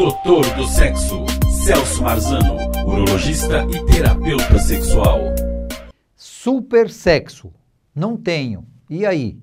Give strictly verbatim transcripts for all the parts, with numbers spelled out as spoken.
Doutor do Sexo, Celso Marzano, urologista e terapeuta sexual. Super sexo. Não tenho. E aí?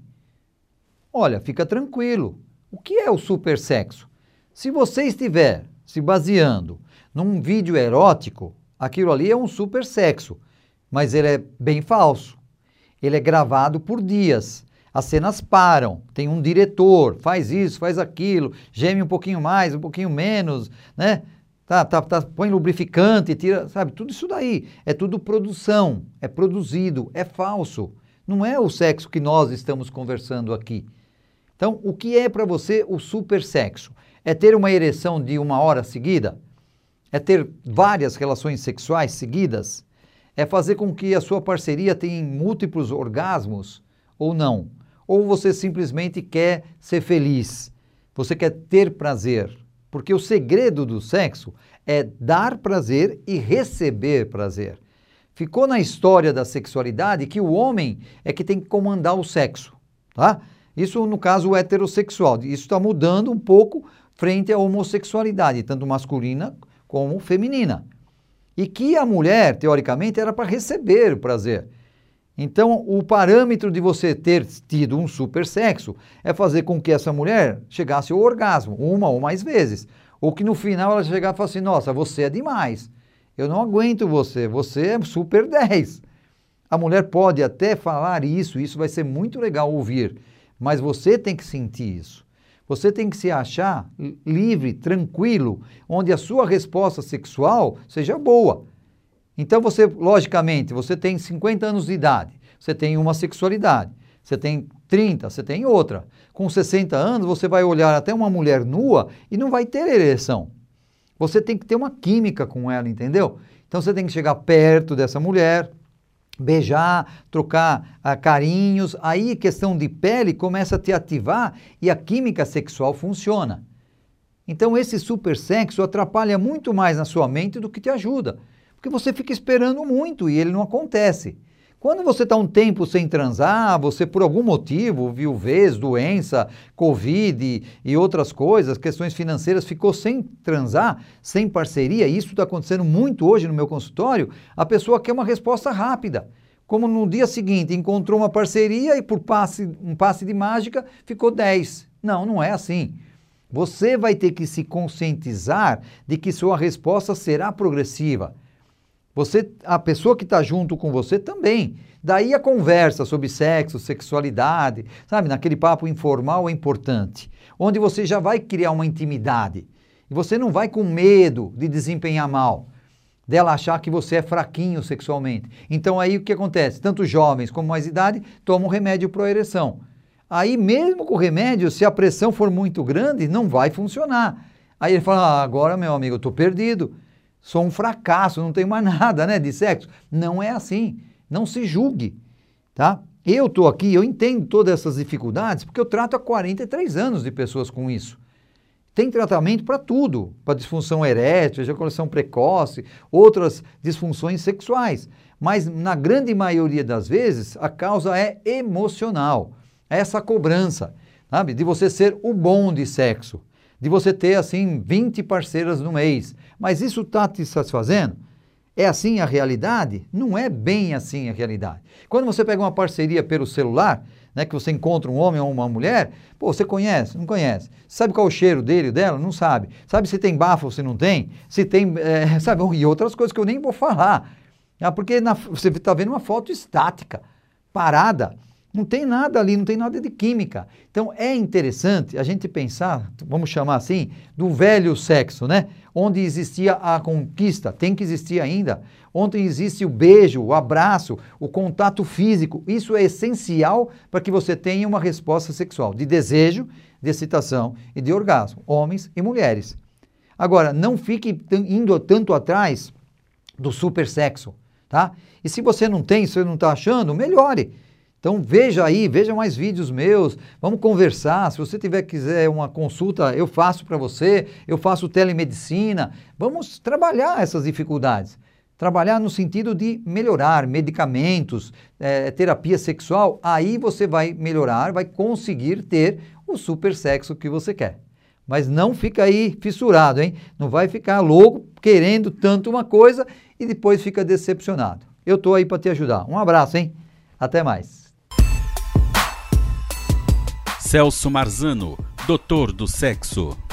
Olha, fica tranquilo. O que é o super sexo? Se você estiver se baseando num vídeo erótico, aquilo ali é um super sexo, mas ele é bem falso. Ele é gravado por dias. As cenas param, tem um diretor, faz isso, faz aquilo, geme um pouquinho mais, um pouquinho menos, né? Tá, tá, tá, põe lubrificante, tira, sabe? Tudo isso daí. É tudo produção, é produzido, é falso. Não é o sexo que nós estamos conversando aqui. Então, o que é para você o super sexo? É ter uma ereção de uma hora seguida? É ter várias relações sexuais seguidas? É fazer com que a sua parceria tenha múltiplos orgasmos ou não? Ou você simplesmente quer ser feliz? Você quer ter prazer? Porque o segredo do sexo é dar prazer e receber prazer. Ficou na história da sexualidade que o homem é que tem que comandar o sexo, tá? Isso no caso heterossexual. Isso está mudando um pouco frente à homossexualidade, tanto masculina como feminina. E que a mulher, teoricamente, era para receber o prazer. Então, o parâmetro de você ter tido um super sexo é fazer com que essa mulher chegasse ao orgasmo, uma ou mais vezes. Ou que no final ela chegar e falar assim, nossa, você é demais, eu não aguento você, você é super dez. A mulher pode até falar isso, isso vai ser muito legal ouvir, mas você tem que sentir isso. Você tem que se achar livre, tranquilo, onde a sua resposta sexual seja boa. Então você, logicamente, você tem cinquenta anos de idade, você tem uma sexualidade, você tem trinta, você tem outra. Com sessenta anos você vai olhar até uma mulher nua e não vai ter ereção. Você tem que ter uma química com ela, entendeu? Então você tem que chegar perto dessa mulher, beijar, trocar ah, carinhos, aí questão de pele começa a te ativar e a química sexual funciona. Então esse super sexo atrapalha muito mais na sua mente do que te ajuda. Porque você fica esperando muito e ele não acontece. Quando você está um tempo sem transar, você por algum motivo, viuvez, doença, Covid e outras coisas, questões financeiras, ficou sem transar, sem parceria, e isso está acontecendo muito hoje no meu consultório, a pessoa quer uma resposta rápida. Como no dia seguinte encontrou uma parceria e por passe, um passe de mágica ficou dez. Não, não é assim. Você vai ter que se conscientizar de que sua resposta será progressiva. Você, a pessoa que está junto com você também. Daí a conversa sobre sexo, sexualidade, sabe, naquele papo informal é importante, onde você já vai criar uma intimidade. E você não vai com medo de desempenhar mal, dela achar que você é fraquinho sexualmente. Então aí o que acontece? Tanto jovens como mais idade tomam remédio para a ereção. Aí mesmo com o remédio, se a pressão for muito grande, não vai funcionar. Aí ele fala, ah, agora meu amigo, eu estou perdido. Sou um fracasso, não tenho mais nada, né, de sexo. Não é assim, não se julgue, tá? Eu estou aqui, eu entendo todas essas dificuldades, porque eu trato há quarenta e três anos de pessoas com isso. Tem tratamento para tudo, para disfunção erétil, ejaculação precoce, outras disfunções sexuais. Mas na grande maioria das vezes, a causa é emocional. É essa cobrança, sabe, de você ser o bom de sexo. De você ter, assim, vinte parceiras no mês. Mas isso está te satisfazendo? É assim a realidade? Não é bem assim a realidade. Quando você pega uma parceria pelo celular, né, que você encontra um homem ou uma mulher, pô, você conhece? Não conhece. Sabe qual é o cheiro dele ou dela? Não sabe. Sabe se tem bafo ou se não tem? Se tem, é, sabe, e outras coisas que eu nem vou falar. Ah, porque na, você está vendo uma foto estática, parada. Não tem nada ali, não tem nada de química. Então é interessante a gente pensar, vamos chamar assim, do velho sexo, né? Onde existia a conquista, tem que existir ainda. Onde existe o beijo, o abraço, o contato físico. Isso é essencial para que você tenha uma resposta sexual de desejo, de excitação e de orgasmo, homens e mulheres. Agora, não fique indo tanto atrás do super sexo, tá? E se você não tem, se você não está achando, melhore. Então veja aí, veja mais vídeos meus, vamos conversar, se você tiver quiser uma consulta, eu faço para você, eu faço telemedicina, vamos trabalhar essas dificuldades. Trabalhar no sentido de melhorar medicamentos, é, terapia sexual, aí você vai melhorar, vai conseguir ter o super sexo que você quer. Mas não fica aí fissurado, hein? Não vai ficar louco querendo tanto uma coisa e depois fica decepcionado. Eu estou aí para te ajudar. Um abraço, hein? Até mais. Celso Marzano, doutor do sexo.